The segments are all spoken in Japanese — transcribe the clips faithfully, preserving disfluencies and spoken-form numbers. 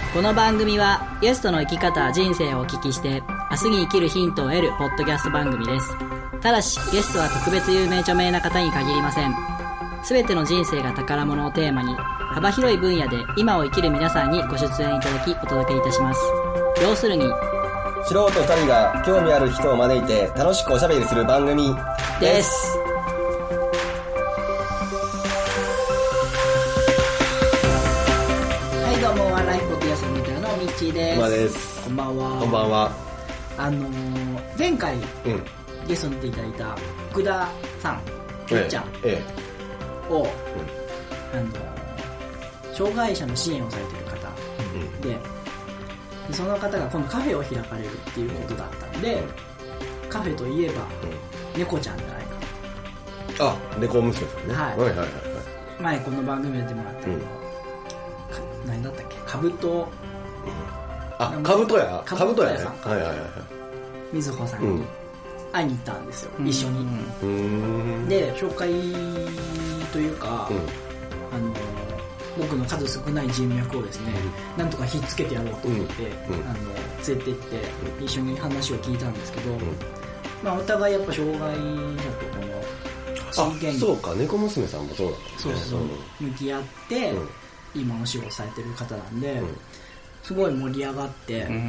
この番組はゲストの生き方、人生をお聞きして明日に生きるヒントを得るポッドキャスト番組です。ただしゲストは特別有名著名な方に限りません。すべての人生が宝物をテーマに幅広い分野で今を生きる皆さんにご出演いただきお届けいたします。要するに素人ふたりが興味ある人を招いて楽しくおしゃべりする番組です。 はいどうも、ライフポッドキャストみたいなのみっちーです。 まあです。 こんばんは。 こんばんは。 あのー、前回、うん、ゲストに出ていただいた福田さん、ふっちゃんを、ええええ、うん、あのー、障害者の支援をされている方、うん、ででその方が今度カフェを開かれるっていうことだったんで、うん、カフェといえば、うん、猫ちゃんじゃないか。 あ、猫娘さんね。はい、はいはいはい。 前この番組で出てもらったけど、うん、何だったっけ、カブト、うん、 あ、カブトやカブト屋さん、 はいはいはい、 みずほさんに会いに行ったんですよ、うん、一緒に、うん、で紹介というか、うん、あの僕の数少ない人脈をですね、うん、なんとかひっつけてやろうと思って、うん、あの連れて行って、うん、一緒に話を聞いたんですけど、うん、まあ、お互いやっぱ障害者とこの真剣に、そうか、猫娘さんもそうだったんですね。 そうそう、向き合って、うん、今お仕事されてる方なんで、うん、すごい盛り上がって、うん、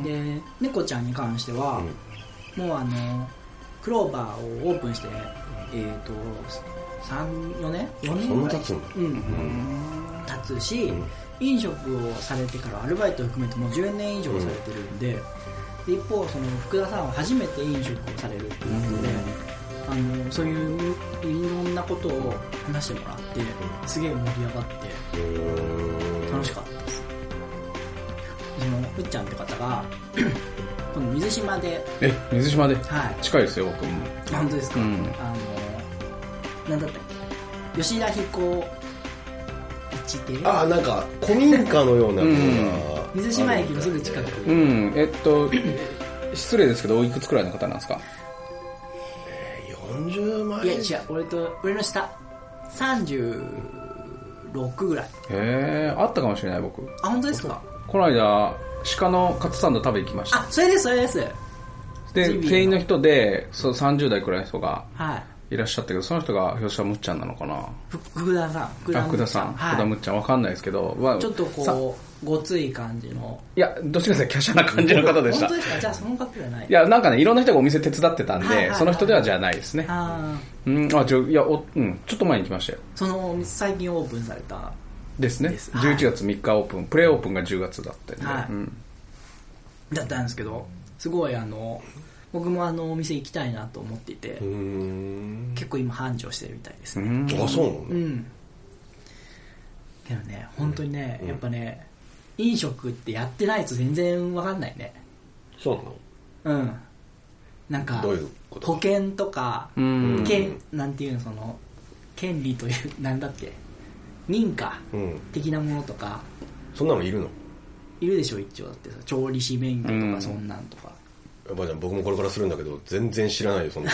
で猫ちゃんに関しては、うん、もうあのクローバーをオープンして、えーとさん、よねん ?よ 年ぐらいそんな経つの、 うんうん、経つし、うん、飲食をされてからアルバイトを含めてもうじゅうねん以上されてるんで、うん、で一方その福田さんは初めて飲食をされるっていうことで、うん、あのそういういろんなことを話してもらって、すげえ盛り上がって楽しかったです。そのうっちゃんって方がこの水島で、 え、水島で、 はい、 近いですよ僕も。 本当ですか、うん、あのなんだったっけ、吉田彦一亭、 あ、なんか古民家のようなものが、 うん、水島駅のすぐ近く、 うん、えっと失礼ですけどおいくつくらいの方なんですか？ えー、よんじゅうまん。 いや違う、俺と俺の下さんじゅうろくぐらい。 へー、あったかもしれない僕。 あ、本当ですか？ この間鹿のカツサンド食べに来ました。 あ、それですそれです。 で店員の人でそうさんじゅう代くらいの人がいらっしゃったけど、その人がひょっとしたらむっちゃんなのかな。 福田さん、 福田, 福田さん、はい、福田むっちゃんわかんないですけど、まあ、 ちょっとこうごつい感じの、 いやどっちかというと華奢な感じの方でした。 本当ですか？じゃあその方じゃない。 いやなんかね、いろんな人がお店手伝ってたんで、はいはいはい、その人ではじゃないですね。 あ、 うん、あ、ちょ、いやお、うん、ちょっと前に来ましたよ。 その最近オープンされたですね。じゅういちがつみっかオープン、プレイオープンがじゅうがつだったんで、 はい、 うん、 だったんですけど、すごいあの僕もあのお店行きたいなと思っていて、うーん、結構今繁盛してるみたいですね。 うん、あ、そうなの、 うん、けどね、本当にね、うん、やっぱね、飲食ってやってないと全然わかんないね。 そうなの？ うん。なんかどういうこと？ 保険とか、うん、権なんていうの、その権利というなんだっけ、認可的なものとか、 うん、そんなのいるの？いるでしょ一応。だってさ、調理師免許とかそんなんとか、 うん、ばあちゃん僕もこれからするんだけど全然知らないよそんな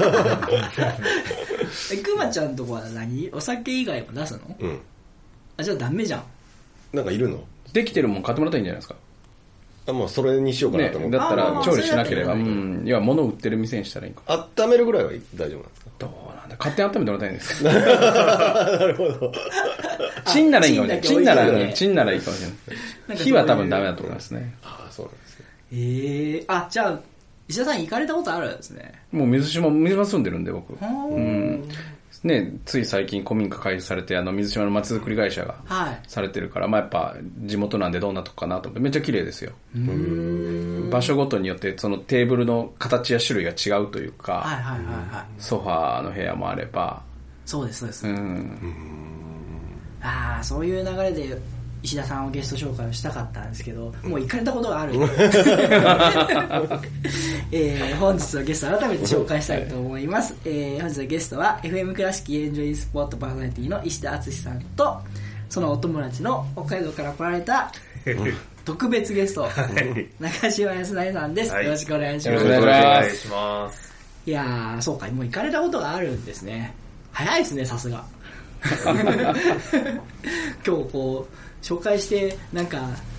え、くまちゃんとこは何？お酒以外も出すの？うん。あ、じゃあダメじゃん。 なんかいるの？ できてるもん買ってもらったらいいんじゃないですか。 あ、もうそれにしようかなと思って、 ね、だったら調理しなければ、うん、いや物売ってる店にしたらいいか。 温めるぐらいは大丈夫なんですか？ どうなんだ、勝手に温めてもらいたいんですかなるほど。 チンならいいかもしれない。チンなら、チンならいいかもしれない。火は多分ダメだと思いますね。 ああ、そうなんですね。 えー、あ、じゃあ石田さん行かれたことあるんですね。 もう水島、水島住んでるんで僕。うん。ね、つい最近古民家開発されて、あの水島の街づくり会社がされてるから、はい、まあやっぱ地元なんでどんなとこかなと思って、めっちゃ綺麗ですよ。うーん、場所ごとによってそのテーブルの形や種類が違うというか、 はいはいはいはい、 ソファーの部屋もあれば、 そうですそうです。 うん、 ああ、そういう流れで石田さんをゲスト紹介をしたかったんですけど、もう行かれたことがある、えー、本日のゲスト改めて紹介したいと思います、えー、本日のゲストは エフエム 倉敷エンジョイスポットパーソナリティの石田敦さんと、そのお友達の北海道から来られた特別ゲスト中島康成さんです、はい、よろしくお願いします。 よろしくお願いします。 いやー、そうか、もう行かれたことがあるんですね。早いですね、さすが今日こう紹介してなんか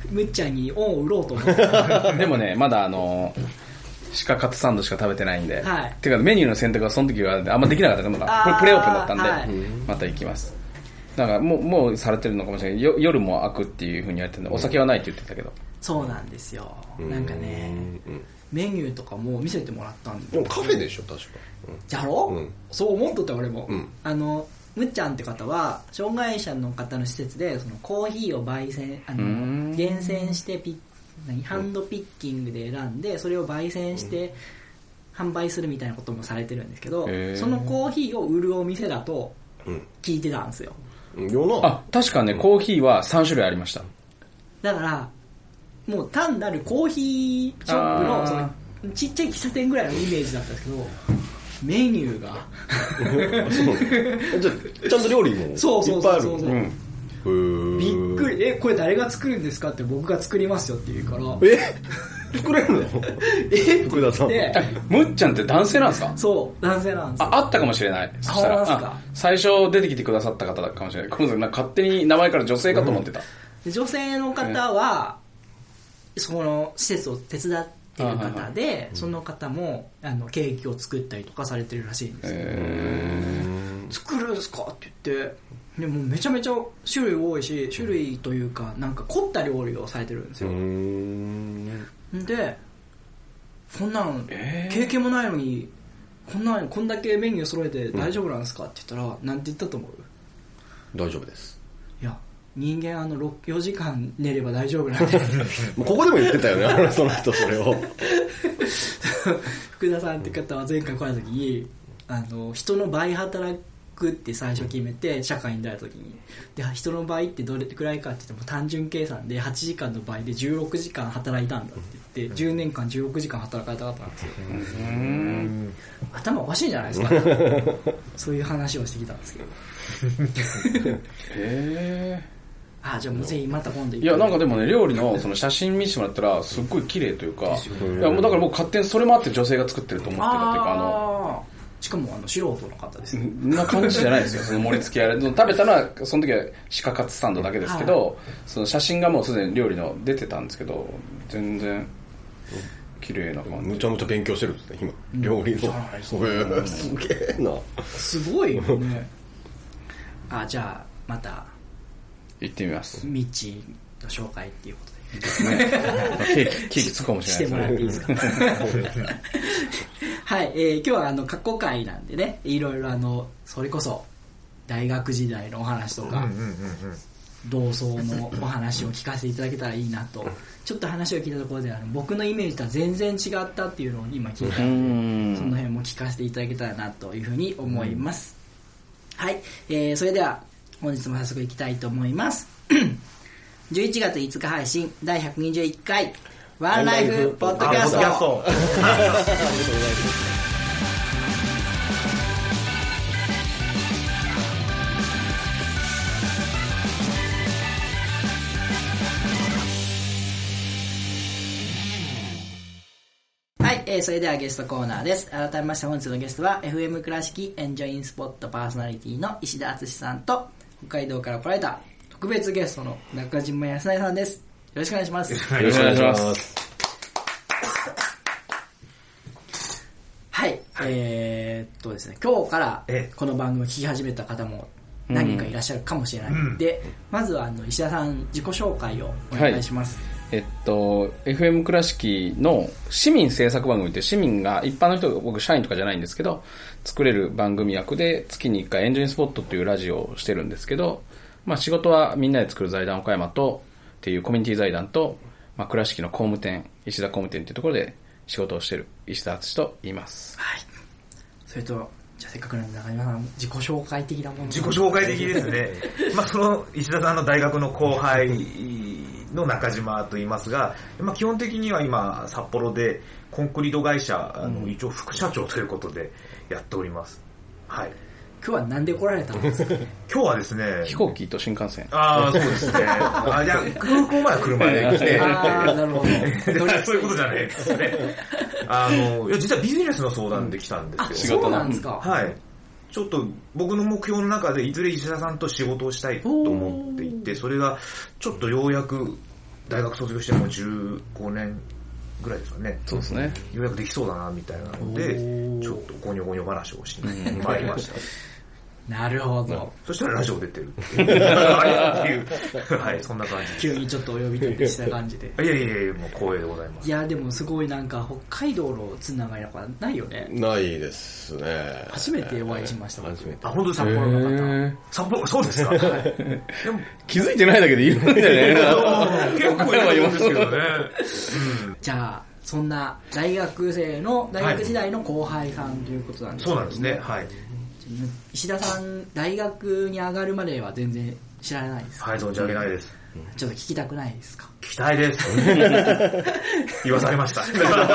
むっちゃんに恩を売ろうと思ってでもねまだあの鹿カツサンドしか食べてないんで、 はい、 てかメニューの選択はその時はあんまできなかったのがこれプレオープンだったんで、はい、また行きます。だからもうもうされてるのかもしれない。夜も開くっていう風に言われてるんで、お酒はないって言ってたけど。 そうなんですよ。なんかねメニューとかも見せてもらったんで。 でもカフェでしょ確か。 じゃろ、うん、そう思っとった俺も、うん、あのむっちゃんって方は障害者の方の施設でそのコーヒーを焙煎あの厳選してピッ何ハンドピッキングで選んでそれを焙煎して販売するみたいなこともされてるんですけど、そのコーヒーを売るお店だと聞いてたんですよ、 うん、 あ確かねコーヒーはさん種類ありました。 だからもう単なるコーヒーショップ の, そのちっちゃい喫茶店ぐらいのイメージだったんですけどメニューがじゃあちゃんと料理もいっぱいある。 そうそうそうそう、うんびっくり。えこれ誰が作るんですかって僕が作りますよって言うからえ作れるのえ福田さんむっちゃんって男性なんですか？ そう男性なんですよ。 ああったかもしれない。そしたらあ最初出てきてくださった方だかもしれない。今度なんか勝手に名前から女性かと思ってた、 うん、女性の方は、えー、その施設を手伝ってる方で、はいはい、その方もあのケーキを作ったりとかされてるらしいんですよ、えー、作るんですかって言ってでもめちゃめちゃ種類多いし種類というかなんか凝った料理をされてるんですよ。うーんでこんなの、えー、経験もないのにこんなこんだけメニュー揃えて大丈夫なんですかって言ったら、うん、なんて言ったと思う？ 大丈夫です。 いや人間あのろく、よじかん寝れば大丈夫なんでここでも言ってたよねその人それを福田さんって方は前回来た時にあの人の倍働くって最初決めて社会に出た時にで人の倍ってどれくらいかって言っても単純計算ではちじかんの倍でじゅうろくじかん働いたんだって言ってじゅうねんかんじゅうろくじかん働かれたかったんですよ。うん頭おかしいんじゃないですかそういう話をしてきたんですけどへえあじゃあもうぜひまた今度。 いやなんかでもね料理のその写真見せてもらったらすっごい綺麗というか、いやもうだからもう勝手にそれもあって女性が作ってると思ってたっていうかあのしかもあの素人の方ですね。 な感じじゃないですよその盛り付けあれ食べたのはその時は鹿カツサンドだけですけど、はい、その写真がもうすでに料理の出てたんですけど全然綺麗な感じ。 むちゃむちゃ勉強してるんですね今料理の、うん、すげえなすごいよねあじゃあまた行ってみます。 ミッチーの紹介っていうことでケーキ、ケーキつくかもしれないですね。してもらっていいですかはい、えー、今日はあの過去回なんでねいろいろあのそれこそ大学時代のお話とか、うんうんうんうん、同窓のお話を聞かせていただけたらいいなとちょっと話を聞いたところであの僕のイメージとは全然違ったっていうのを今聞いたのでその辺も聞かせていただけたらなというふうに思います、うん、はい、えー、それでは本日も早速いきたいと思いますじゅういちがついつか配信だいひゃくにじゅういっかいワンライフポッドキャスト。ありがとうございます。はい、えー、それではゲストコーナーです。改めまして本日のゲストは エフエム 倉敷エンジョインスポットパーソナリティの石田敦さんと北海道から来られた特別ゲストの中島康成さんです。よろしくお願いします。 よろしくお願いします。 はい、えー、っとですね、今日からこの番組を聞き始めた方も何人かいらっしゃるかもしれないので、うん、まずはあの石田さん自己紹介をお願いします。はいえっと、エフエム 倉敷の市民制作番組って市民が一般の人が僕社員とかじゃないんですけど作れる番組役で月にいっかいエンジョインスポットっていうラジオをしてるんですけど、まあ仕事はみんなで作る財団岡山とっていうコミュニティ財団と、まあ倉敷の工務店石田工務店っていうところで仕事をしてる石田敦と言います。 はい。それとじゃあせっかくなんで中島さん自己紹介的なもの自己紹介的ですね。まあその石田さんの大学の後輩の中島と言いますが、まあ、基本的には今札幌でコンクリート会社あの一応副社長ということでやっております。はい。 今日はなんで来られたんですか？ 今日はですね飛行機と新幹線。 ああそうですね。あじゃあ空港まで車で来て。 ああなるほど。 そういうことじゃないですね。あのいや実はビジネスの相談で来たんですけど。 あそうなんですか。 はい。ちょっと僕の目標の中でいずれ石田さんと仕事をしたいと思っていて、それがちょっとようやく大学卒業してもうじゅうごねんぐらいですかね。 そうですね。 ようやくできそうだなみたいなので、ちょっとゴニョゴニョ話をしに参りました。 なるほど。 そしたらラジオ出てるっていう。あれっていう。はい、そんな感じで。 急にちょっとお呼び立てした感じで。 いやいやいや、もう光栄でございます。 いや、でもすごいなんか北海道のつながりとかないよね。 ないですね。 初めてお会いしました。 初めて。 あ、本当ですか？札幌の方。札幌、そうですか？でも気づいてないだけでいるんだよね。 結構いるんですけどね。 じゃあ、そんな大学生の、大学時代の後輩さんということなんですけど、 そうなんですね。はい。 石田さん、大学に上がるまでは全然知らないですか？ はい、存じ上げないです。 ちょっと聞きたくないですか？ 聞きたいです。言わされました。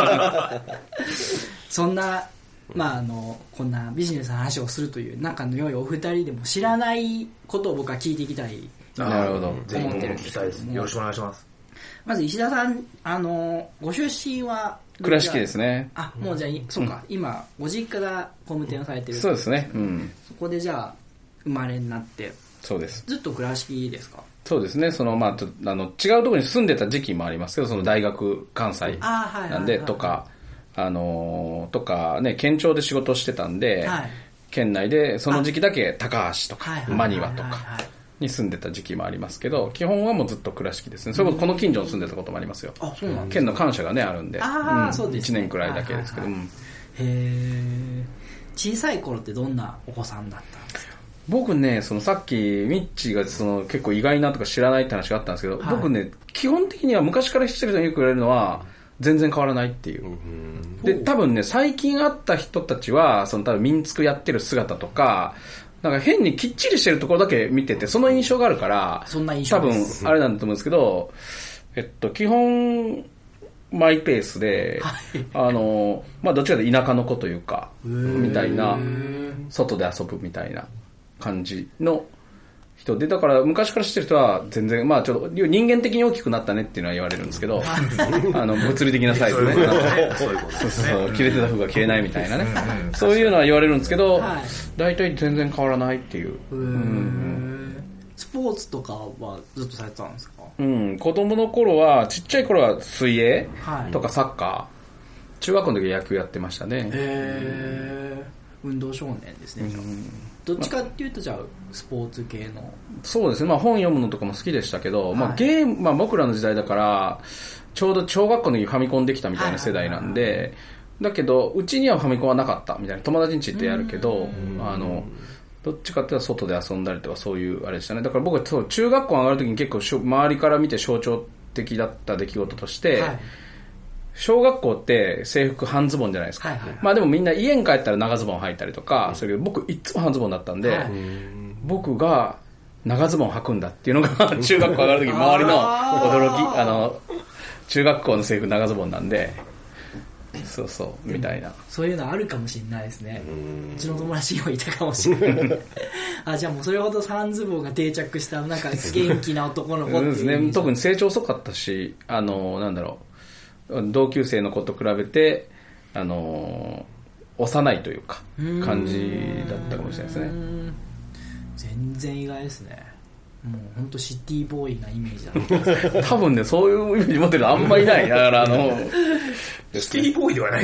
そんな、まああの、こんなビジネスの話をするという仲の良いお二人でも知らないことを僕は聞いていきたい。 なるほど。 ぜひ聞きたいです。よろしくお願いします。 まず石田さん、あの、ご出身は倉敷ですね。 あ、もうじゃあ、そうか、うん、今、ご実家が工務店をされてる。 そうですね。うん。 そこでじゃあ、生まれになって。 そうです。 ずっと倉敷ですか？ そうですね。その、まあ、ちょっと、あの、違うところに住んでた時期もありますけど、その大学、関西なんで、とか、あの、とかね、県庁で仕事をしてたんで、はい、県内でその時期だけ高橋とか、真庭とかに住んでた時期もありますけど、基本はもうずっと倉敷ですね。それこそこの近所に住んでたこともありますよ。 あ、そうなんですか。 県の感謝がね、あるんで。 ああ、うん、そうですね。 いちねんくらいだけですけど。はいはいはい、 へー。小さい頃ってどんなお子さんだったんですか？ 僕ね、そのさっきミッチーがその結構意外なとか知らないって話があったんですけど、はい、僕ね、基本的には昔から知ってる人によく言われるのは、全然変わらないっていう。で、多分ね、最近会った人たちは、その多分民宿やってる姿とか、なんか変にきっちりしてるところだけ見てて、その印象があるから、 そんな印象です。 多分あれなんだと思うんですけど、えっと、基本、マイペースで、はい、あの、まあ、どっちかというと田舎の子というか、みたいな、外で遊ぶみたいな感じの人で、だから昔から知ってる人は全然、まあちょっと人間的に大きくなったねっていうのは言われるんですけど、あの、物理的なサイズね。そうそう、切れてた服が切れないみたいなね。そういうのは言われるんですけど、大体全然変わらないっていう。 スポーツとかはずっとされてたんですか？ うん、子供の頃は、ちっちゃい頃は水泳とかサッカー、中学校の時は野球やってましたね。 へー、運動少年ですね。どっちかっていうとじゃあスポーツ系の。 そうですね。まあ本読むのとかも好きでしたけど、はい、まあゲーム、まあ僕らの時代だから、ちょうど小学校の時ファミコンできたみたいな世代なんで、だけど、うちにはファミコンはなかったみたいな。友達ん家行ってやるけど、あの、どっちかっていうと外で遊んだりとかそういうあれでしたね。だから僕はそう中学校上がる時に結構周りから見て象徴的だった出来事として、はい、小学校って制服半ズボンじゃないですか。はいはいはい、まあでもみんな家に帰ったら長ズボン履いたりとか、それけど僕いつも半ズボンだったんで、はい、僕が長ズボン履くんだっていうのが中学校上がる時周りの驚き、あの、中学校の制服長ズボンなんで、そうそうみたいな、 そういうのあるかもしれないですね。うちの友達にもいたかもしれないあ、じゃあもうそれほど三ズボンが定着したなんか元気な男の子っていうですね。 特に成長遅かったし、あのなんだろう、同級生の子と比べてあの幼いというか感じだったかもしれないですね。 全然意外ですね。もう本当シティボーイなイメージだった。 多分ね、そういうイメージ持ってるのあんまりない。だからあの、 シティボーイではない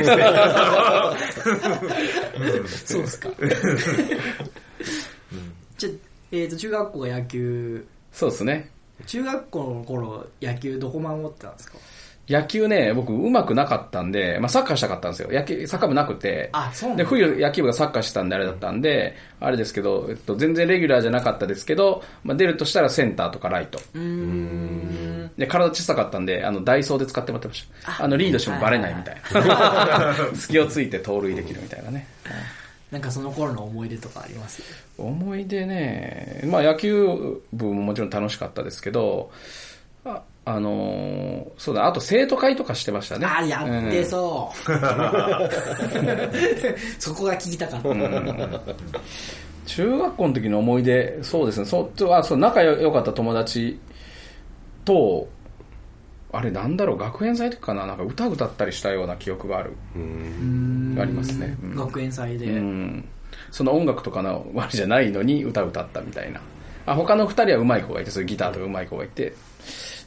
ですね。 そうですか。じゃあ、えっと、中学校が野球。 そうですね。 中学校の頃、野球どこ守ってたんですか？ 野球ね、僕上手くなかったんで、まあサッカーしたかったんですよ。野球、サッカー部なくて。 あ、そうなんで、冬野球部がサッカーしてたんであれだったんで、あれですけど、えっと、全然レギュラーじゃなかったですけど、まあ出るとしたらセンターとかライト。うーん。で、体小さかったんで、あの、ダイソーで使ってもらってました。あ, あの、リードしてもバレないみたいな。隙をついて盗塁できるみたいなね。 なんかその頃の思い出とかあります？ 思い出ね、まあ野球部ももちろん楽しかったですけど、ああのー、そうだ、あと生徒会とかしてましたね。 あ、やってそう。うん、そこが聞きたかった。うん、 中学校の時の思い出、そうですね、そう、あ、そう、仲良かった友達と、あれなんだろう、学園祭とかな、なんか歌歌ったりしたような記憶がある。うーん、ありますね。 うん、学園祭で。 うん。その音楽とかのあれじゃないのに歌歌ったみたいな。あ、他の二人は上手い子がいて、そういうギターとか上手い子がいて、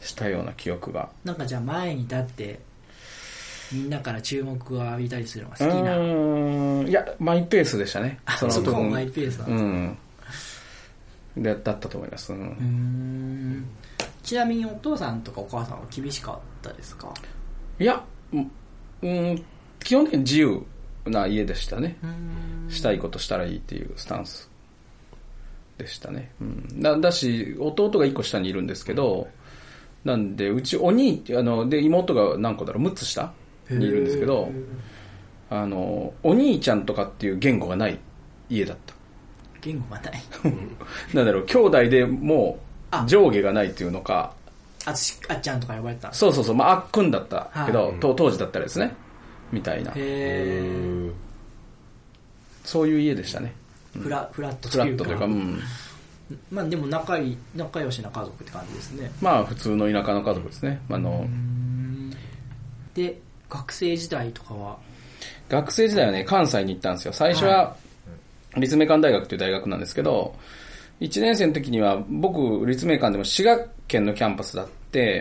したような記憶が。 なんかじゃあ前に立ってみんなから注目を浴びたりするのが好きな。 うーん、いやマイペースでしたね。 そのそこマイペースなんですか。 うんでだったと思います、うん、うーん。ちなみにお父さんとかお母さんは厳しかったですか？ いや、うん、基本的に自由な家でしたね。したいことしたらいいっていうスタンスでしたね、うん、だ, だし弟がいっこ下にいるんですけど、なんでうちお兄あので妹が何個だろうむっつ下にいるんですけど、あのお兄ちゃんとかっていう言語がない家だった。 言語がないなんだろう、兄弟でもう上下がないっていうのか、 あつしあっちゃんとか呼ばれた。 そうそうそう、まああっくんだったけど、 はい、 当時だったらですねみたいな、 へー、 そういう家でしたね。 フラフラットというか、フラットというか、うん、 まあでも仲いい仲良しな家族って感じですね。 まあ普通の田舎の家族ですね。あので学生時代とかは学生時代はね関西に行ったんですよ。最初は立命館大学という大学なんですけど、いちねん生の時には僕立命館でも滋賀県のキャンパスだって、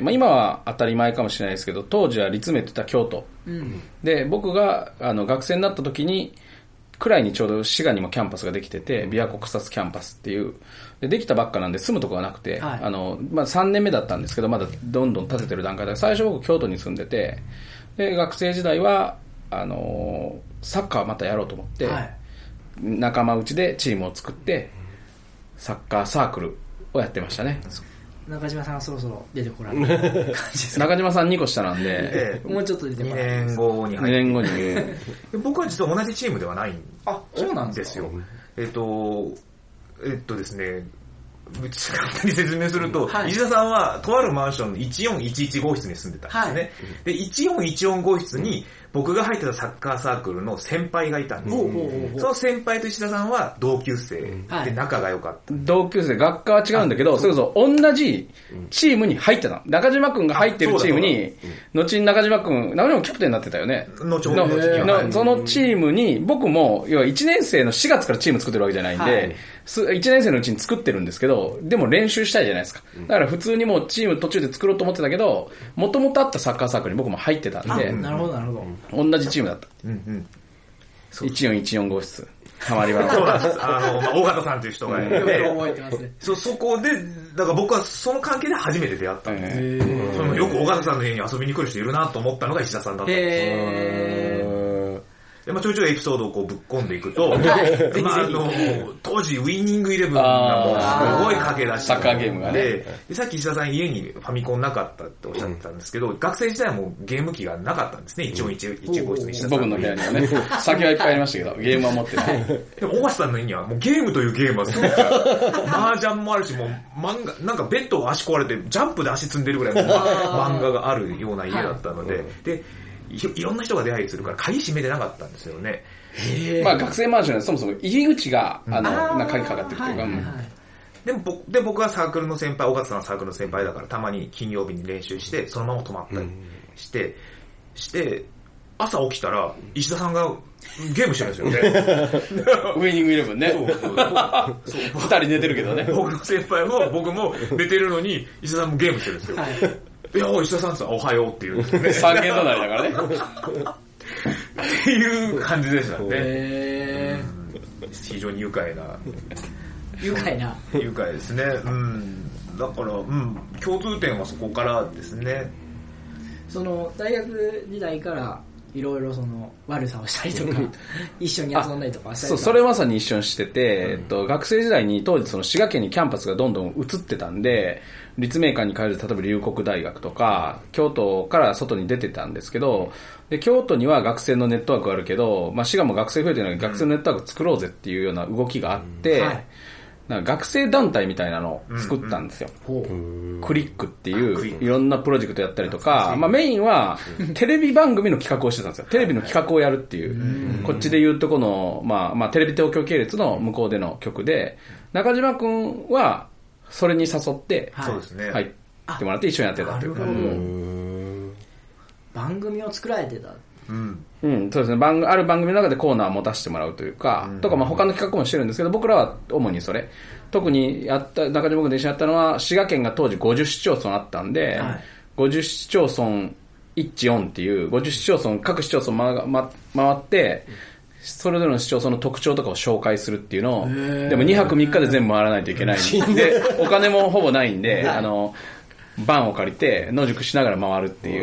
まあ今は当たり前かもしれないですけど、当時は立命って言ったら京都、うん、で僕があの学生になった時にくらいにちょうど滋賀にもキャンパスができてて、琵琶湖草津キャンパスっていうでできたばっかなんで住むとこがなくて、はい、あのまあさんねんめだったんですけど、まだどんどん建ててる段階で、最初僕京都に住んでて、で学生時代はあのサッカーまたやろうと思って、はい、仲間内でチームを作ってサッカーサークルをやってましたね。 中島さんはそろそろ出てこられる感じですか？ 中島さんにこ下なんで、 ええ、もうちょっと出てこられる。 にねんごに入ってにねんごに僕は実は同じチームではないんあ、そうなんですよ。えっとえっとですね簡単に説明すると、はい、石田さんはとあるマンションのいちよんいちいち号室に住んでたんですね、はい、でいちよんいちよん号室に僕が入ってたサッカーサークルの先輩がいたんです、うん、その先輩と石田さんは同級生で仲が良かった、はい、 同級生、学科は違うんだけど、それこそ同じチームに入ってた。中島くんが入ってるチームに、後に中島くん、中島くんキャプテンになってたよね。 後ほどのそのチームに、僕も、要はいちねん生のしがつからチーム作ってるわけじゃないんで、はい、いちねん生のうちに作ってるんですけど、でも練習したいじゃないですか。だから普通にもうチーム途中で作ろうと思ってたけど、もともとあったサッカーサークルに僕も入ってたんで、 なるほどなるほど。 同じチームだった。うんうん、いちよんいちよん号室。たまり場の。 そうなんです。あの、まあ、尾形さんという人がいて、 覚えてますね。 そ、そこで、だから僕はその関係で初めて出会ったんです。そのよく尾形さんの家に遊びに来る人いるなと思ったのが石田さんだったんです。でまあ、ちょいちょいエピソードをこうぶっ込んでいくと、まあ、あの当時ウィニングイレブンがもうすごい駆け出しサッカーゲームがね。 で、さっき石田さん家にファミコンなかったっておっしゃってたんですけど、うん、学生時代はもうゲーム機がなかったんですね、いちよんいち号室に石田さん。 僕の部屋にはね、先はいっぱいありましたけど、ゲームは持ってない。 でも、大橋さんの家にはもうゲームというゲームはすごく、麻雀もあるし、もう漫画、なんかベッド足壊れてジャンプで足積んでるぐらいの漫画があるような家だったので、で、いろんな人が出入りするから鍵閉めてなかったんですよね。 まあ学生マンションはそもそも入り口が、あの、な鍵かかってるっていうか、はいはい、 でも僕、で僕はサークルの先輩、尾形さんのサークルの先輩だからたまに金曜日に練習して、そのまま泊まったりして、うん、して、朝起きたら石田さんがゲームしてるんですよね。 ウィニングイレブンね。そうそうそう二人寝てるけどね。 僕の先輩も僕も寝てるのに石田さんもゲームしてるんですよ。はい、いや、おい、石田さんっておはようっていう、ね。 三軒隣だからね。 っていう感じでしたね。へー、非常に愉快な。 愉快な。 愉快ですね。うん。だから、うん。共通点はそこからですね。 その、大学時代からいろいろその悪さをしたりとか、一緒に遊んだりとかしたりとか。 そう、それまさに一緒にしてて、うん、えっと、学生時代に当時その滋賀県にキャンパスがどんどん移ってたんで、立命館に通う例えば龍谷大学とか、京都から外に出てたんですけど、で、京都には学生のネットワークがあるけど、まあ、滋賀も学生増えてるのに学生のネットワーク作ろうぜっていうような動きがあって、うん、はい、なんか学生団体みたいなのを作ったんですよ。うんうん、クリックっていういろんなプロジェクトやったりとか、まあメインはテレビ番組の企画をしてたんですよ。テレビの企画をやるっていう。こっちで言うとこの、まあまあテレビ東京系列の向こうでの曲で、中島くんはそれに誘って、 はい、そうですね。 入ってもらって一緒にやってたっていうか。 番組を作られてた。 うん。 うん、そうですね。番ある番組の中でコーナーを持たせてもらうというか、うん、とかまあ他の企画もしてるんですけど、僕らは主にそれ。特にやった、中島君で一緒にやったのは、滋賀県が当時ごじゅう市町村あったんで、はい、ごじゅう市町村一音っていう、ごじゅう市町村、各市町村、まま、回って、それぞれの市町村の特徴とかを紹介するっていうのを、でもにはくみっかで全部回らないといけないんで、お金もほぼないんで、あの、バンを借りて、野宿しながら回るっていう。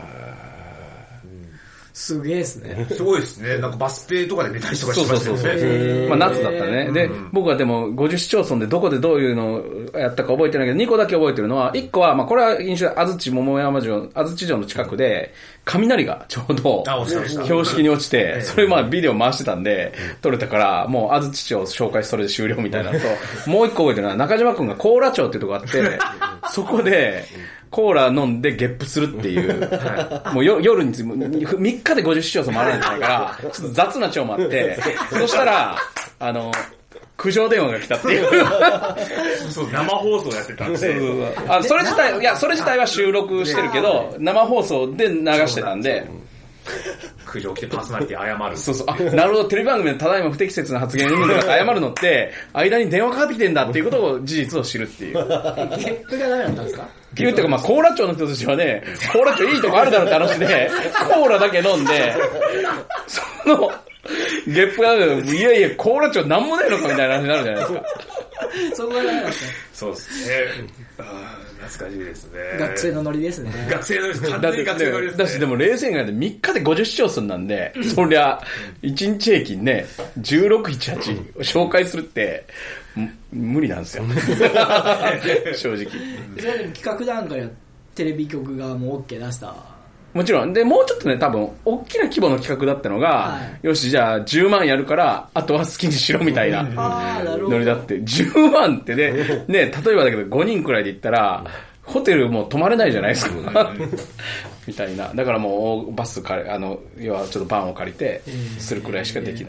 すげえですね。 すごいですね。なんかバス停とかで寝たりとかしてましたよね。そうそうそう。 まあ夏だったね。で、うん、僕はでもごじゅう市町村でどこでどういうのをやったか覚えてないけど、にこだけ覚えてるのは、いっこは、まあこれは印象で安土桃山城、安土城の近くで、雷がちょうど標識に落ちて、それまあビデオ回してたんで、撮れたから、もう安土城紹介それで終了みたいなのと、もういっこ覚えてるのは中島くんが高良町っていうとこがあって、そこで、コーラ飲んでゲップするっていう、はい、もうよ夜にみっかでごじゅう市町村回らないんじゃないから、ちょっと雑な町もあって、そしたら、あの、苦情電話が来たっていう。 そう生放送やってたんで。そうそうそう。 あ、それ自体、いや、それ自体は収録してるけど、生放送で流してたんで、 苦情来てパーソナリティ謝る。 そうそう。あ、なるほど。テレビ番組でただいま不適切な発言に謝るのって、間に電話かかってきてんだっていうことを事実を知るっていう。ゲップがダメだったんですか？ ゲップっていうか、まあ、コーラ町の人たちはね、コーラ町いいとこあるだろうって話で、コーラだけ飲んで、その、ゲップが、いやいや、コーラ町なんもないのかみたいな話になるじゃないですか。 そこがダメだった。 そうですね。あ懐かしいですね。 学生のノリですね。 学生のノリです。完全に学生のノリです、ね。 だし、でも冷静に考えてみっかでごじゅう市町村なんで、そりゃ、いちにち平均ね、じゅうろく、いち、はち紹介するって、無理なんですよ。正直。 それでも企画段階はテレビ局がもう OK 出した。 もちろん。で、もうちょっとね、多分、大きな規模の企画だったのが、はい、よし、じゃあじゅうまんやるから、あとは好きにしろみたいなノリだって。じゅうまんってね、ね、例えばだけどごにんくらいで行ったら、ホテルもう泊まれないじゃないですか。みたいな。だからもう、バス借り、あの、要はちょっとバンを借りて、するくらいしかできない。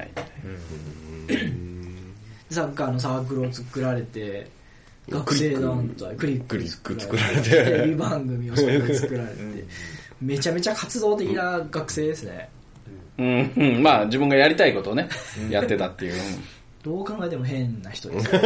サッカーのサークルを作られて、学生団体、クリック作られて、 テレビ番組を作られて、めちゃめちゃ活動的な学生ですね。 うん、うん、まあ自分がやりたいことをね、やってたっていう。 どう考えても変な人ですね。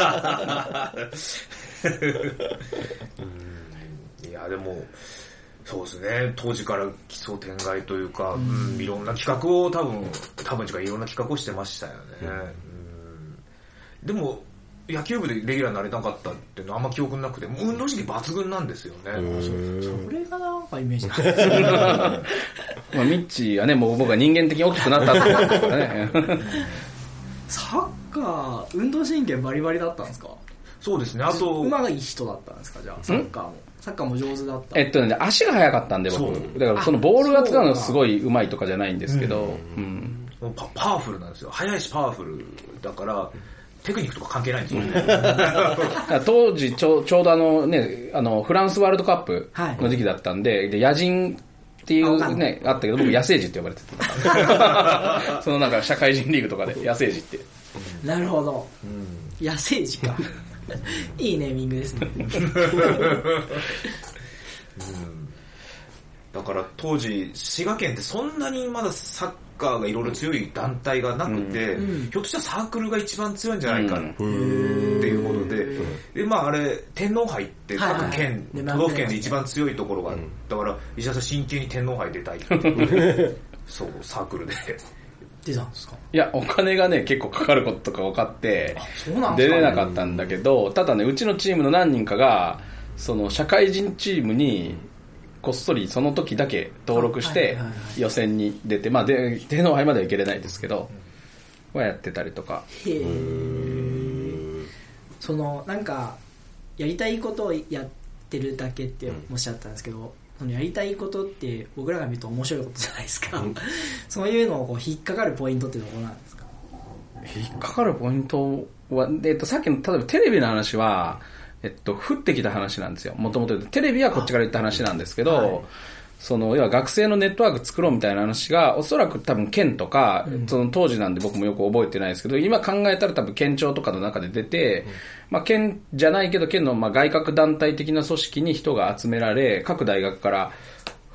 いやでもそうですね、当時から奇想天外というか、うん、いろんな企画を多分多分違ういろんな企画をしてましたよね。うん、でも野球部でレギュラーになれなかったっていうのはあんま記憶なくて、運動神経抜群なんですよね。 それがなんかイメージなんですよ。 まあミッチーはね、もう僕は人間的に大きくなったってことからね。 サッカー、運動神経バリバリだったんですか？ そうですね。あと馬がいい人だったんですか？じゃあサッカーもサッカーも上手だった。 えっとね、足が速かったんで僕。だからそのボールが使うのすごい上手いとかじゃないんですけど、うん、 うん、パ, パワフルなんですよ。速いしパワフルだから。テクニックとか関係ないんですよ。 当時ちょ、ちょうどあのね、あの、フランスワールドカップの時期だったんで、はい、で野人っていうね、あったけど、僕野生児って呼ばれてた。そのなんか社会人リーグとかで野生児って。 なるほど。うん、野生児か。いいネーミングですね。うん、 だから当時、滋賀県ってそんなにまだサッカーがいろいろ強い団体がなくて、うん、ひょっとしたらサークルが一番強いんじゃないかっていうことで、うん、で、まああれ、天皇杯って各県、はいはい、都道府県で一番強いところが、うん、だから石田さん真剣に天皇杯出たいって。そう、サークルで。 出たんですか？ いや、お金がね、結構かかることとか分かって、出れなかったんだけど、ただね、うちのチームの何人かが、その社会人チームに、こっそりその時だけ登録して予選に出て、まあで天皇杯まではいけれないですけど、はやってたりとか。へー。そのなんかやりたいことをやってるだけっておっしゃったんですけど、そのやりたいことって僕らが見ると面白いことじゃないですか。そういうのをこう引っかかるポイントってどこなんですか？ 引っかかるポイントは、えっとさっきの例えばテレビの話は。えっと、降ってきた話なんですよ。もともとテレビはこっちから言った話なんですけど、はい、その、要は学生のネットワーク作ろうみたいな話が、おそらく多分県とか、うん、その当時なんで僕もよく覚えてないですけど、今考えたら多分県庁とかの中で出て、うん、まあ県じゃないけど県のまあ外郭団体的な組織に人が集められ、各大学から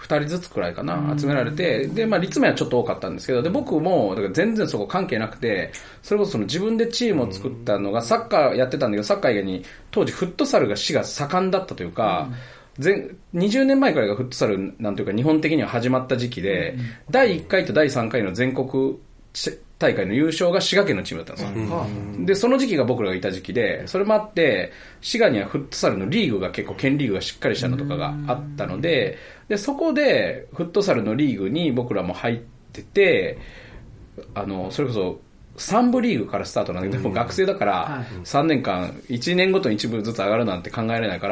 ふたりずつくらいかな、集められて、で、まあ、立命はちょっと多かったんですけど、で、僕も、だから全然そこ関係なくて、それこそその自分でチームを作ったのが、サッカーやってたんだけど、サッカー以外に、当時フットサルが市が盛んだったというか、前にじゅうねんまえくらいがフットサルなんていうか日本的には始まった時期で、だいいっかいとだいさんかいの全国大会の優勝が滋賀県のチームだったんですよ、うん、でその時期が僕らがいた時期で、それもあって滋賀にはフットサルのリーグが結構県リーグがしっかりしたのとかがあったので、でそこでフットサルのリーグに僕らも入ってて、あのそれこそさん部リーグからスタートなんだけど、でも学生だからさんねんかんいちねんごとにいち部ずつ上がるなんて考えられないから、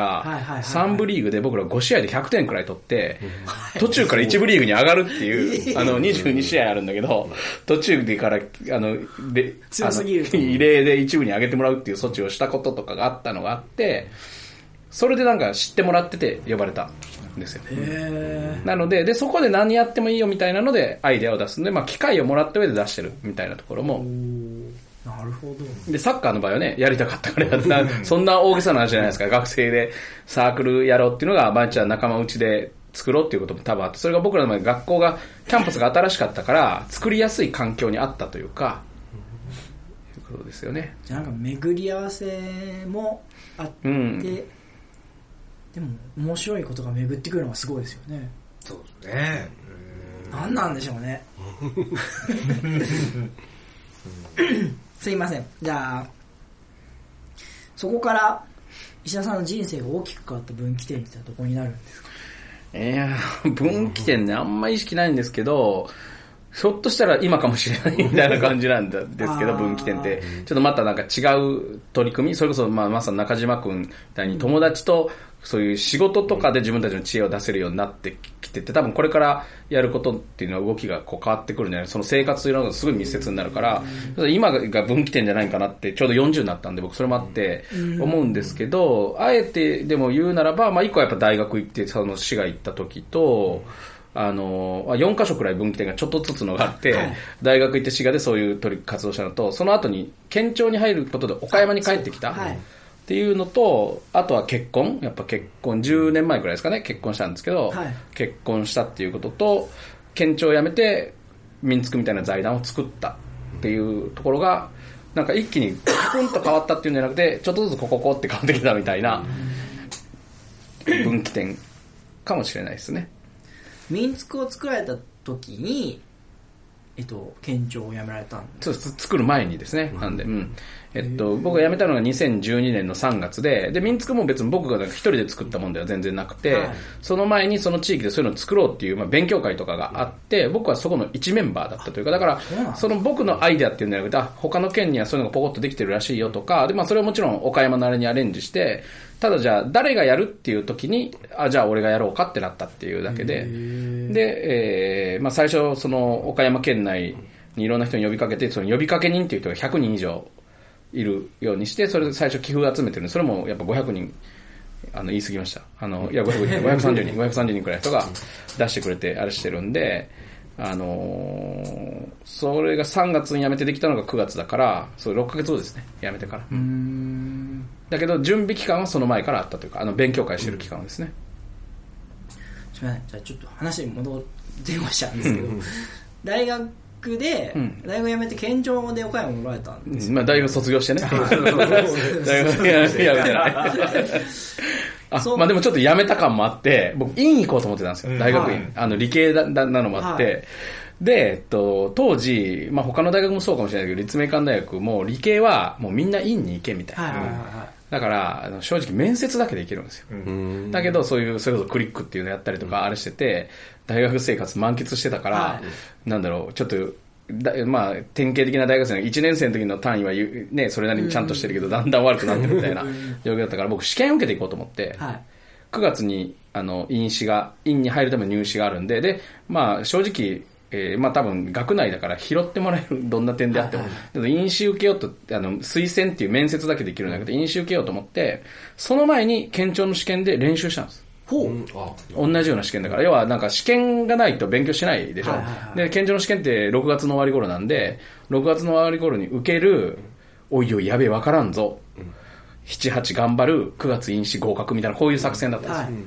さん部リーグで僕らご試合でひゃくてんくらい取って、途中からいち部リーグに上がるっていう、あのにじゅうに試合あるんだけど、途中でからあので強すぎる異例でいち部に上げてもらうっていう措置をしたこととかがあったのがあって、それでなんか知ってもらってて呼ばれたんですよ。なので、で、そこで何やってもいいよみたいなのでアイデアを出すんで、まあ機会をもらった上で出してるみたいなところも。 なるほど。 で、サッカーの場合はね、やりたかったからやった、そんな大げさな話じゃないですか。学生でサークルやろうっていうのが、まあじゃあ仲間内で作ろうっていうことも多分あって、それが僕らの場合学校が、キャンパスが新しかったから、作りやすい環境にあったというか、いうことですよね。 じゃあなんか巡り合わせもあって、うんでも面白いことが巡ってくるのがすごいですよね。 そうですね。 何なんでしょうね。すいません。じゃあそこから石田さんの人生が大きく変わった分岐点ってどこになるんですか？ いや分岐点ね、あんま意識ないんですけど、ひょっとしたら今かもしれないみたいな感じなんですけど、分岐点って。ちょっとまたなんか違う取り組み、それこそまあまさに中島くんみたいに友達とそういう仕事とかで自分たちの知恵を出せるようになってきてて、多分これからやることっていうのは動きがこう変わってくるんじゃない、その生活というのがすごい密接になるから、今が分岐点じゃないかなって、ちょうどよんじゅうになったんで僕それもあって思うんですけど、あえてでも言うならば、まあ一個はやっぱ大学行って、その市が行った時と、あの、よんカ所くらい分岐点がちょっとずつのがあって、はい、大学行って滋賀でそういう取り活動したのと、その後に県庁に入ることで岡山に帰ってきたっていうのと、あとは結婚、やっぱ結婚、じゅうねんまえくらいですかね、結婚したんですけど、はい、結婚したっていうことと、県庁を辞めて民つくみたいな財団を作ったっていうところが、なんか一気にプンと変わったっていうんじゃなくて、ちょっとずつこここって変わってきたみたいな分岐点かもしれないですね。 民つくを作られた時に、えっと、県庁を辞められたんですか？ そう、作る前にですね。なんで、うん。えっと、僕が辞めたのがにせんじゅうにねんのさんがつで、で、民つくも別に僕が一人で作ったもんでは全然なくて、はい、その前にその地域でそういうのを作ろうっていう、まあ、勉強会とかがあって、僕はそこの一メンバーだったというか、だから、その僕のアイデアっていうんじゃなくて、あ、他の県にはそういうのがポコッとできてるらしいよとか、で、まあ、それをもちろん岡山なりにアレンジして、ただじゃあ誰がやるっていう時に、あ、じゃあ俺がやろうかってなったっていうだけで、で、えー、まあ最初その岡山県内にいろんな人に呼びかけて、その呼びかけ人っていう人がひゃくにん以上いるようにして、それで最初寄付を集めてるんで、それもやっぱごひゃくにん、あの言い過ぎました。あの、いやごひゃくにん、ごひゃくさんじゅうにん、ごひゃくさんじゅうにんくらいの人が出してくれてあれしてるんで、あのー、それがさんがつに辞めてできたのがくがつだから、そうろっかげつごですね、辞めてから。うーん、だけど準備期間はその前からあったというか、あの勉強会してる期間ですね。 すみません、じゃあちょっと話に戻ってましたんですけど、大学で、うん、大学辞めて県庁で岡山におられたんです、 うん、まあ大学卒業してね。大学辞めてない。あ、まあでもちょっと辞めた感もあって、僕院行こうと思ってたんですよ、大学院。はい、あの理系だなのもあって。はい、で、えっと、当時、まあ他の大学もそうかもしれないけど、立命館大学も理系はもうみんな院に行けみたいな。はいはいはい、だから、正直面接だけでいけるんですよ。だけど、そういう、それこそクリックっていうのやったりとか、あれしてて、大学生活満喫してたから、はい、なんだろう、ちょっと、だまあ、典型的な大学生のいちねん生の時の単位はね、それなりにちゃんとしてるけど、だんだん悪くなってるみたいな状況だったから、僕試験を受けていこうと思って、はい、くがつに、あの、院試が、院に入るための入試があるんで、で、まあ、正直、えー、まあ多分学内だから拾ってもらえる、どんな点であっても。はいはい、飲酒受けようと、あの、推薦っていう面接だけできるんだけど、飲酒受けようと思って、その前に県庁の試験で練習したんです。ほう。同じような試験だから、要はなんか試験がないと勉強しないでしょ。はいはいはい、で、県庁の試験ってろくがつの終わり頃なんで、ろくがつの終わり頃に受ける、おいおいやべえわからんぞ。しち、はち頑張る、くがつ飲酒合格みたいな、こういう作戦だったんですよ。はい、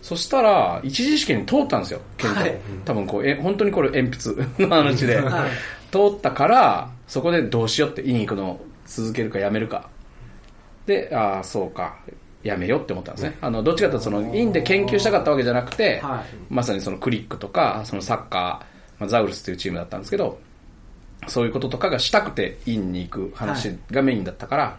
そしたら、一次試験に通ったんですよ、検討。はい、多分こう、え、本当にこれ鉛筆の話で、はい、通ったから、そこでどうしようって、院行くのを続けるかやめるか。で、ああ、そうか、やめようって思ったんですね。あの、どっちかというと、その、院で研究したかったわけじゃなくて、はい、まさにそのクリックとか、そのサッカー、まあ、ザウルスというチームだったんですけど、そういうこととかがしたくて院に行く話がメインだったから、はい、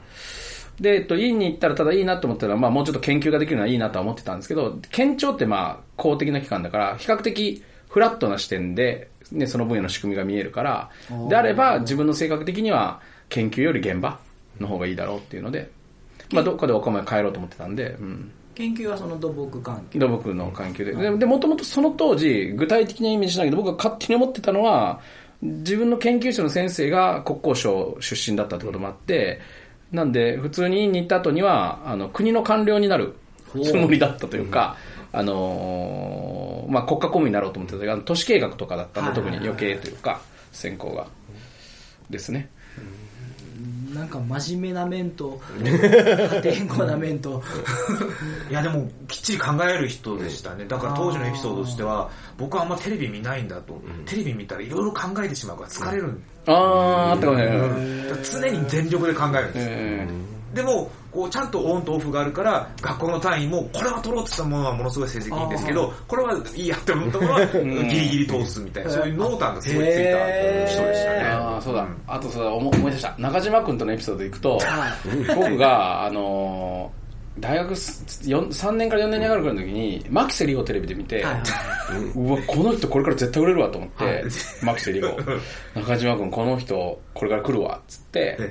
で、えっと、院に行ったらただいいなと思ったら、まあもうちょっと研究ができるのはいいなとは思ってたんですけど、県庁ってまあ公的な機関だから、比較的フラットな視点で、ね、その分野の仕組みが見えるから、であれば自分の性格的には研究より現場の方がいいだろうっていうので、まあどっかで岡山に帰ろうと思ってたんで、うん。 研究はその土木関係土木の関係で。で、でもともとその当時、具体的なイメージしないけど、僕が勝手に思ってたのは、自分の研究室の先生が国交省出身だったってこともあって、なんで普通に院に行った後にはあの国の官僚になるつもりだったというか、あのー、まあ国家公務員になろうと思ってたけど、都市計画とかだったんで、特に余計というか専攻がですね。 なんか真面目な面と破天荒な面といやでもきっちり考える人でしたね。だから当時のエピソードとしては、僕はあんまテレビ見ないんだと、うん、テレビ見たらいろいろ考えてしまうから疲れるんあああったかもね。 常に全力で考えるんですよ。でもこうちゃんとオンとオフがあるから、学校の単位もこれは取ろうとしたものはものすごい成績いいんですけど、これはいいやって思ったものはギリギリ通すみたいな、そういう濃淡がすごいついた人でしたね。 ああそうだ、うん、あとそうだ、思い出した。中島くんとのエピソードでいくと、僕があのー、大学さんねんからよねんに上がるくらいの時にマキセリをテレビで見て、うわこの人これから絶対売れるわと思って、マキセリを中島くんこの人これから来るわっつって、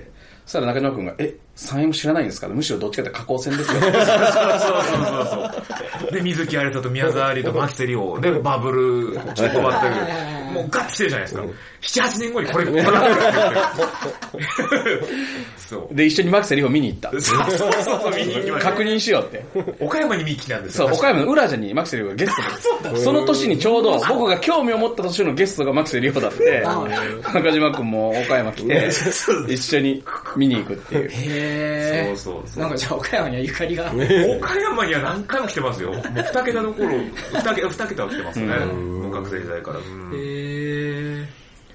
そしたら中島くんが、え、さんえんも知らないんですか？むしろどっちかって加工戦ですよ。そうそうそうそう。で、水木有沙と宮沢りとマキセリを、で、バブル、ちょっと待ってる。もうガッて来てるじゃないですか。なな、はちねんごにこれ、これなってる。 そう。で、一緒にマキセリを見に行った。そうそうそう、見に行きました。 確認しようって。 岡山に見に来たんですよ。 そう、岡山の裏地にマキセリがゲストで。その年にちょうど、僕が興味を持った年のゲストがマキセリだって、中島くんも岡山来て、一緒に見に行くっていう。 へー。そうそうそう。 なんかじゃあ岡山にはゆかりが。 岡山には何回も来てますよ。もう二桁の頃、二桁、二桁は来てますね。学生時代から。へー。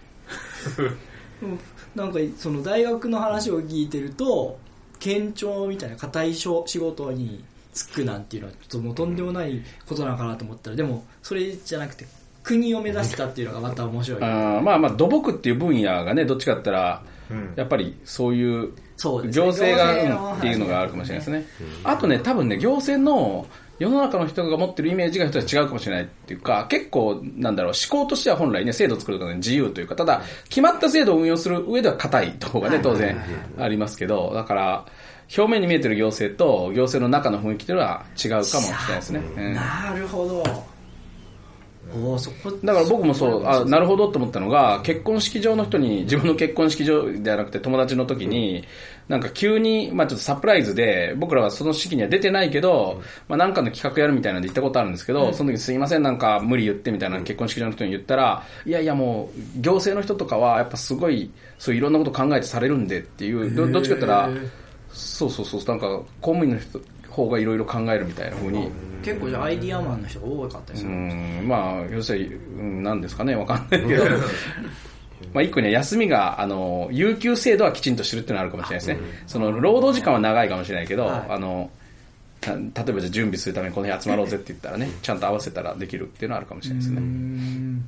なんかその大学の話を聞いてると、県庁みたいな固い仕事に就くなんていうのはちょっともうとんでもないことなのかなと思ったら、でもそれじゃなくて国を目指したっていうのがまた面白い。 あまあまあ土木っていう分野がね、どっちかって言ったら、うん、やっぱりそういう行政がっていうのがあるかもしれないですね。あとね、多分ね、行政の世の中の人が持ってるイメージが一つ違うかもしれないっていうか、結構なんだろう、思考としては本来ね、制度を作ることが自由というか、ただ決まった制度を運用する上では固いところがね、当然ありますけど、だから表面に見えてる行政と行政の中の雰囲気というのは違うかもしれないですね。 うん、なるほど。おそこだから僕もそう、あ、なるほどと思ったのが、結婚式場の人に、自分の結婚式場ではなくて友達の時に、なんか急に、まあちょっとサプライズで、僕らはその式には出てないけど、まあなんかの企画やるみたいなんで行ったことあるんですけど、その時すいません、なんか無理言ってみたいな結婚式場の人に言ったら、いやいやもう、行政の人とかはやっぱすごい、そういろんなこと考えてされるんでっていう、ど, どっちかって言ったら、そうそうそう、なんか公務員の人、方がいろいろ考えるみたいな風に。 結構じゃあアイディアマンの人が多かったりするんですか？ うん、まあ、要するに、うん、なんですかね、わかんないけど。まあ一個ね、休みが、あの、有給制度はきちんとしてるっていうのはあるかもしれないですね。その、労働時間は長いかもしれないけど、はい、あの、例えばじゃあ準備するためにこの日集まろうぜって言ったらね、ちゃんと合わせたらできるっていうのはあるかもしれないですね。うん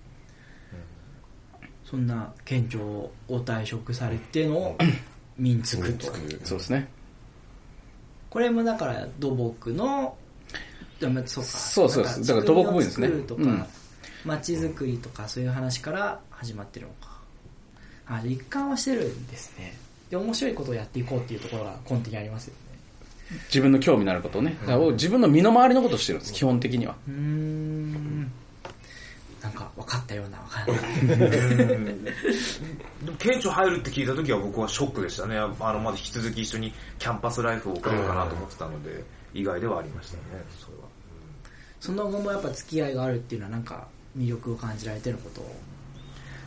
そんな県庁を退職されての民つくと。 そうですね。 これもだから土木の、そうか。 そうそうです。だから土木部ですね。 とか、うん、街づくりとかそういう話から始まってるのか。あ、一貫はしてるんですね。で、面白いことをやっていこうっていうところが根底にありますよね。 自分の興味のあることをね。だから自分の身の回りのことをしてるんです、基本的には。 うーん。なんか分かったような分からない。でも県庁入るって聞いた時は僕はショックでしたね。あのまだ引き続き一緒にキャンパスライフを送ろうかなと思ってたので、意外ではありましたね。それは。 その後もやっぱ付き合いがあるっていうのはなんか魅力を感じられてることを。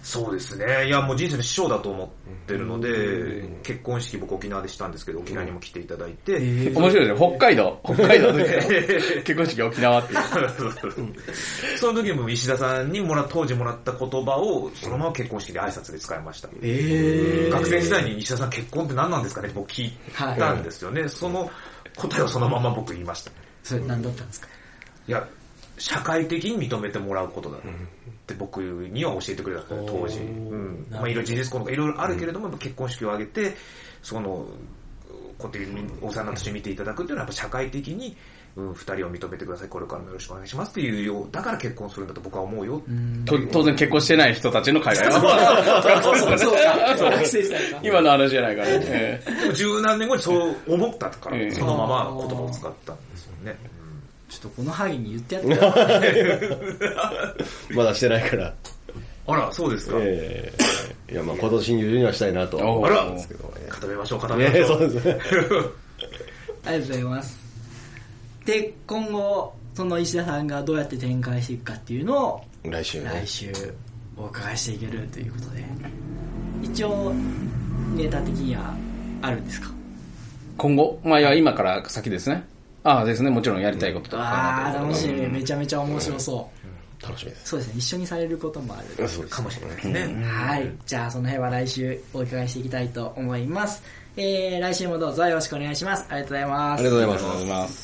そうですね。いや、もう人生の師匠だと思ってるので、結婚式僕沖縄でしたんですけど、沖縄にも来ていただいて。 面白いですね。北海道。北海道で結婚式沖縄っていう。 その時も石田さんにもら当時もらった言葉を、そのまま結婚式で挨拶で使いました。 えー、 学生時代に石田さん結婚って何なんですかねって僕聞いたんですよね。はい、その答えをそのまま僕言いました。 それ何だったんですか？ いや、社会的に認めてもらうことだって僕には教えてくれた当時、うん、まあいろいろ事実婚とかいろいろあるけれども、うん、結婚式を挙げてそのこうやってお世話になった人に見ていただくっていうのはやっぱ社会的に、うん、二人を認めてください、これからもよろしくお願いしますっていうようだから結婚するんだと僕は思うよ。 うん当然結婚してない人たちの会話よ。 そうそう学生時代か。 今の話じゃないからね。えー、でも十何年後にそう思ったから、えー、そのまま言葉を使ったんですよね。 ちょっとこのハギに言ってやってまだしてないから。 あら、そうですか。 えー、いや、まあ今年中にはしたいなとは思うんですけど、 えー、固めましょう、固めましょう。 えー、そうですね。 ありがとうございます。で、今後、その石田さんがどうやって展開していくかっていうのを、 来週、ね、 来週お伺いしていけるということで、一応、ネタ的にはあるんですか？ 今後まあ、いや、今から先ですね。ああですね、もちろんやりたいこととか。 ああ、楽しみ。めちゃめちゃ面白そう。 うん、楽しみです。 そうですね、一緒にされることもある。 そうかもしれないですね。 はい。じゃあ、その辺は来週お伺いしていきたいと思います。えー、来週もどうぞよろしくお願いします。ありがとうございます。 ありがとうございます。 ありがとうございます。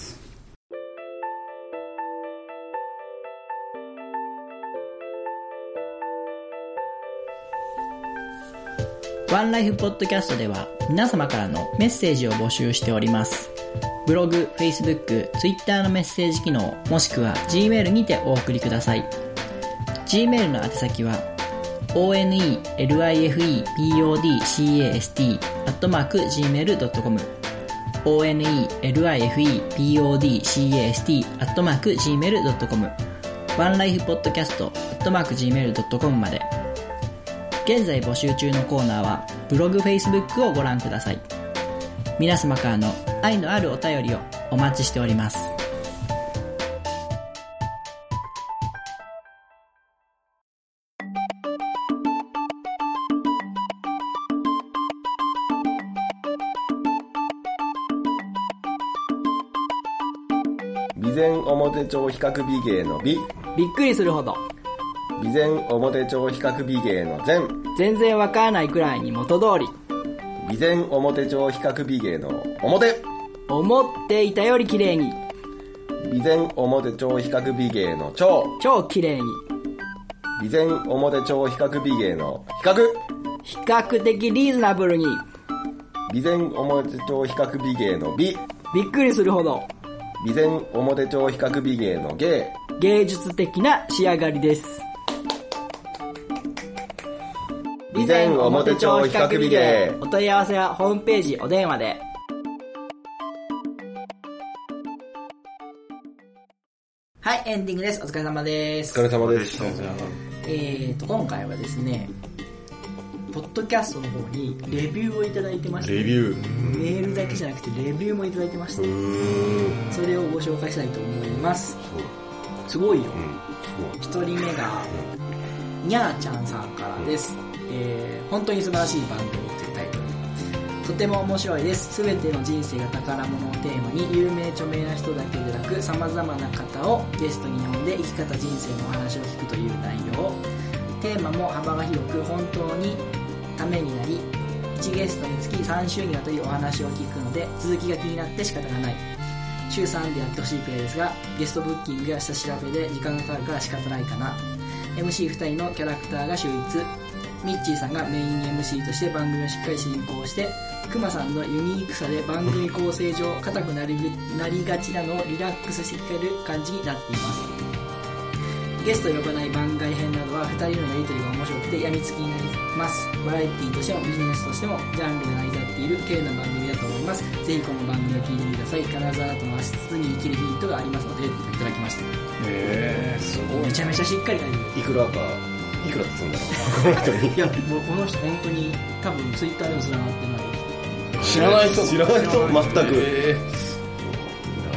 ワンライフポッドキャストでは皆様からのメッセージを募集しております。ブログ、Facebook、Twitter のメッセージ機能、もしくは Gmail にてお送りください。Gmail の宛先は オーエヌイーエルアイエフイーピーオーディーキャスト アットマーク ジーメールドットコム オーエヌイーエルアイエフイーピーオーディーキャスト アットマーク ジーメールドットコム ワンライフポッドキャスト アットマーク ジーメールドットコム まで。現在募集中のコーナーはブログ、Facebook をご覧ください。皆様からの愛のあるお便りをお待ちしております。 備前表町比較美芸の美、 びっくりするほど備前表町比較美芸の前、 全然わからないくらいに元通り、 備前表町比較美芸の表、 思っていたより綺麗に、 備前表町比較美芸の超、 超綺麗に、 備前表町比較美芸の比較、 比較的リーズナブルに、 備前表町比較美芸の美、 びっくりするほど、 備前表町比較美芸の芸、 芸術的な仕上がりです。備前表町比較美芸、お問い合わせはホームページ、お電話で。はい、エンディングです。お疲れ様です。 お疲れ様です。 えーと、今回はですね、ポッドキャストの方にレビューをいただいてまして、 レビューメールだけじゃなくてレビューもいただいてまして、それをご紹介したいと思います。すごいよ。一、うん、人目が、にゃーちゃんさんからです。えー、本当に素晴らしい番組というタイトル。とても面白いです。すべての人生が宝物をテーマに、有名著名な人だけでなく様々な方をゲストに呼んで生き方人生のお話を聞くという内容。テーマも幅が広く本当にためになり、いちゲストにつきさん週にわたりお話を聞くので続きが気になって仕方がない。週さんでやってほしいくらいですが、ゲストブッキングや下調べで時間がかかるから仕方ないかな。 エムシーふたり のキャラクターが秀逸。ミッチーさんがメイン エムシー として番組をしっかり進行して、クマさんのユニークさで番組構成上硬くなり、なりがちなのをリラックスして聞ける感じになっています。ゲスト呼ばない番外編などはふたりのやりとりが面白くて病みつきになります。バラエティとしてもビジネスとしてもジャンルが成り立っている綺麗な番組だと思います。ぜひこの番組を聞いてください。金沢とは質に生きるヒントがありますので、いただきました。 へー、すごい。 めちゃめちゃしっかり書いてる。 いくらかいくらつんだろうな、この人に。 いや、もうこの人本当に多分ツイッターでもつながってない。 知らない人知らない人全く。 え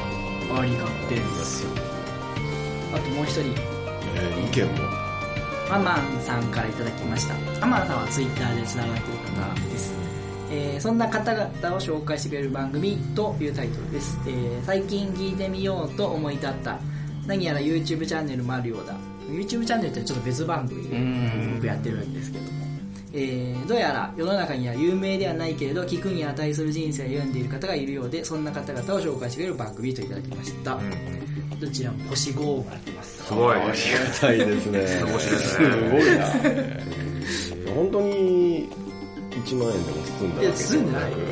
ー、ありがってんですよ。あともう一人。 えー、意見も。 アマンさんからいただきました。アマンさんはツイッターでつながっている方です。えー、そんな方々を紹介してくれる番組というタイトルです。えー、最近聞いてみようと思い立った何やら YouTube チャンネルもあるようだ。 YouTube チャンネルってちょっと別番組で僕やってるんですけども、えー、どうやら世の中には有名ではないけれど聞くに値する人生を歩んでいる方がいるようで、そんな方々を紹介してくれる番組といただきました、うん、どちらも星ごをもらってます。 すごいありがたいですね。 すごいですね。 すごいな本当にいちまんえんでも包んだわけいや包んでないよ。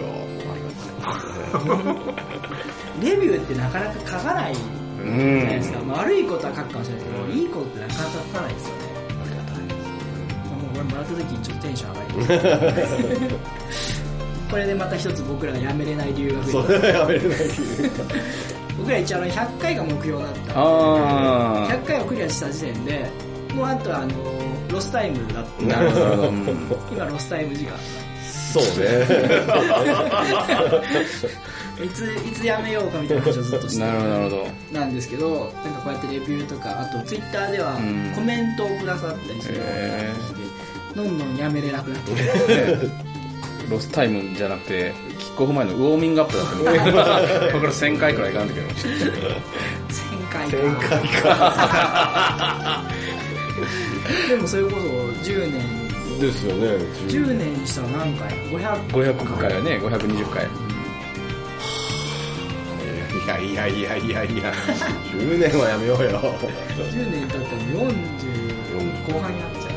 レビューってなかなか書かないじゃないですか、まあ、悪いことは書くかもしれないですけど、いいことってなかなか書かないですよね。 ありがたいです。 もうこれもらった時にちょっとテンション上がりこれでまた一つ僕らがやめれない理由が増えた。 そうやめれない理由僕ら一応あのひゃっかいが目標だったんで、 あひゃっかいをクリアした時点でもうあとはあのロスタイムだったなるほど今ロスタイム時間そうねいついつやめようかみたいな話をずっとしてなるほどなるほどなんですけど、なんかこうやってレビューとかあとツイッターではコメントをくださったりするようになってどんどんやめれなくなってくるロスタイムじゃなくてキックオフ前のウォーミングアップだったみたいなこれせんかいくらいかんだけどせんかいかせんかいかでもそれこそじゅうねんですよね。 じゅうねんにしたら何回ごひゃくごひゃくかいはねごひゃくにじゅっかい。 いやいやいやいやいやじゅうねんはやめようよ。 じゅうねん経ったらよんじゅう後半になっちゃ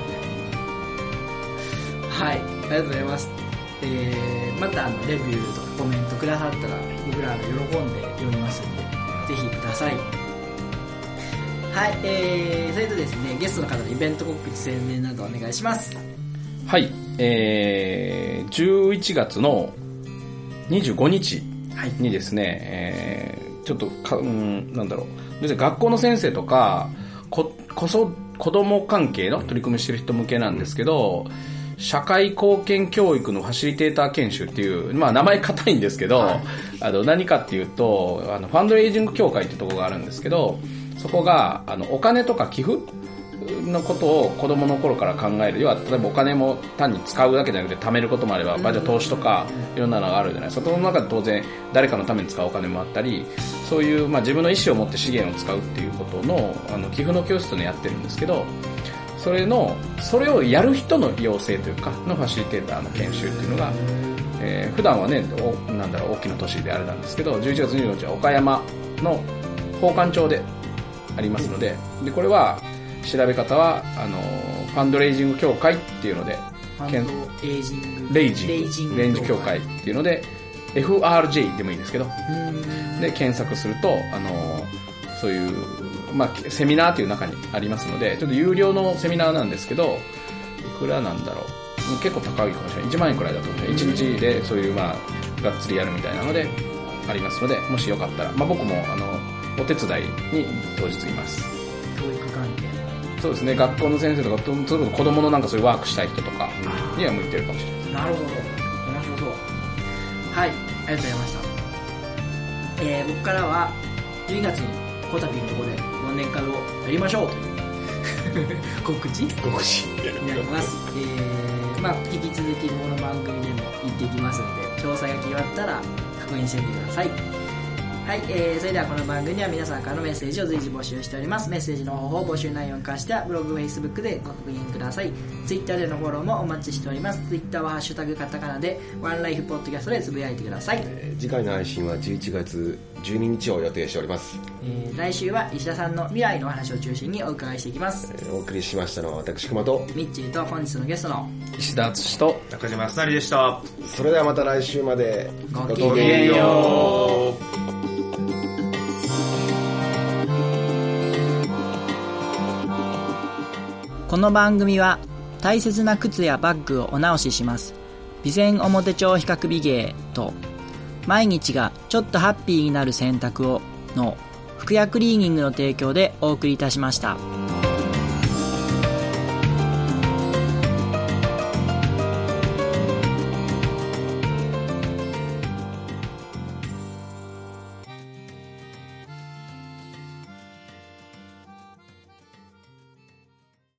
うね。はい、ありがとうございます。えー、またあのレビューとかコメントくださったら僕らが喜んで読みますのでぜひください。はい、えー、それとですねゲストの方のイベント告知宣伝などお願いします。 はい、えー、じゅういちがつのにじゅうごにちにですね、えー、ちょっとか、うん、なんだろう、別に学校の先生とかここそ子供関係の取り組みしてる人向けなんですけど、社会貢献教育のファシリテーター研修っていう、まあ名前硬いんですけど、はい、あの何かっていうとあのファンドレイジング協会っていうところがあるんですけど、そこがあのお金とか寄付のことを子供の頃から考える。要は例えばお金も単に使うだけじゃなくて貯めることもあれば、まあ、じゃあ投資とかいろんなのがあるじゃない。そこの中で当然誰かのために使うお金もあったり、そういう、まあ、自分の意思を持って資源を使うっていうことのあの寄付の教室でやってるんですけど、それのそれをやる人の養成というかのファシリテーターの研修っていうのが、えー、普段はねおなんだろう大きな都市であれなんですけど、じゅういちがつにじゅうごにちは岡山の宝冠町でありますので、でこれは調べ方はあのファンドレイジング協会っていうので、 ファンドレイジングレイジングレイジング協会っていうので エフアールジェイ でもいいですけど、で検索するとあのそういう、まあ、セミナーという中にありますので、ちょっと有料のセミナーなんですけど、いくらなんだろう、結構高いかもしれない、いちまんえんくらいだと思う。いちにちでそういうまあがっつりやるみたいなのでありますので、もしよかったら、まあ、僕もあのお手伝いに当日います。 教育関係そうですね、学校の先生とか、子供のなんかそういうワークしたい人とかには向いてるかもしれない。 なるほど、面白そう。はい、ありがとうございました。えー、僕からはじゅうにがつにこたびのところで忘年会をやりましょうという告知告知になります。えー、まあ引き続きこの番組でも言っていきますので、詳細が決まったら確認してみてください。はい、えー、それではこの番組では皆さんからのメッセージを随時募集しております。メッセージの方法、募集内容に関してはブログ、Facebook でご確認ください。Twitter でのフォローもお待ちしております。Twitter はハッシュタグカタカナでワンライフポッドキャストでつぶやいてください。 えー、次回の配信はじゅういちがつじゅうににちを予定しております。 えー、来週は石田さんの未来のお話を中心にお伺いしていきます。 えー、お送りしましたのは私熊とミッチーと本日のゲストの石田敦と中島康成でした。 それではまた来週までごきげんよう。この番組は大切な靴やバッグをお直しします備前表帳比較美芸と毎日がちょっとハッピーになる選択をの服薬クリーニングの提供でお送りいたしました。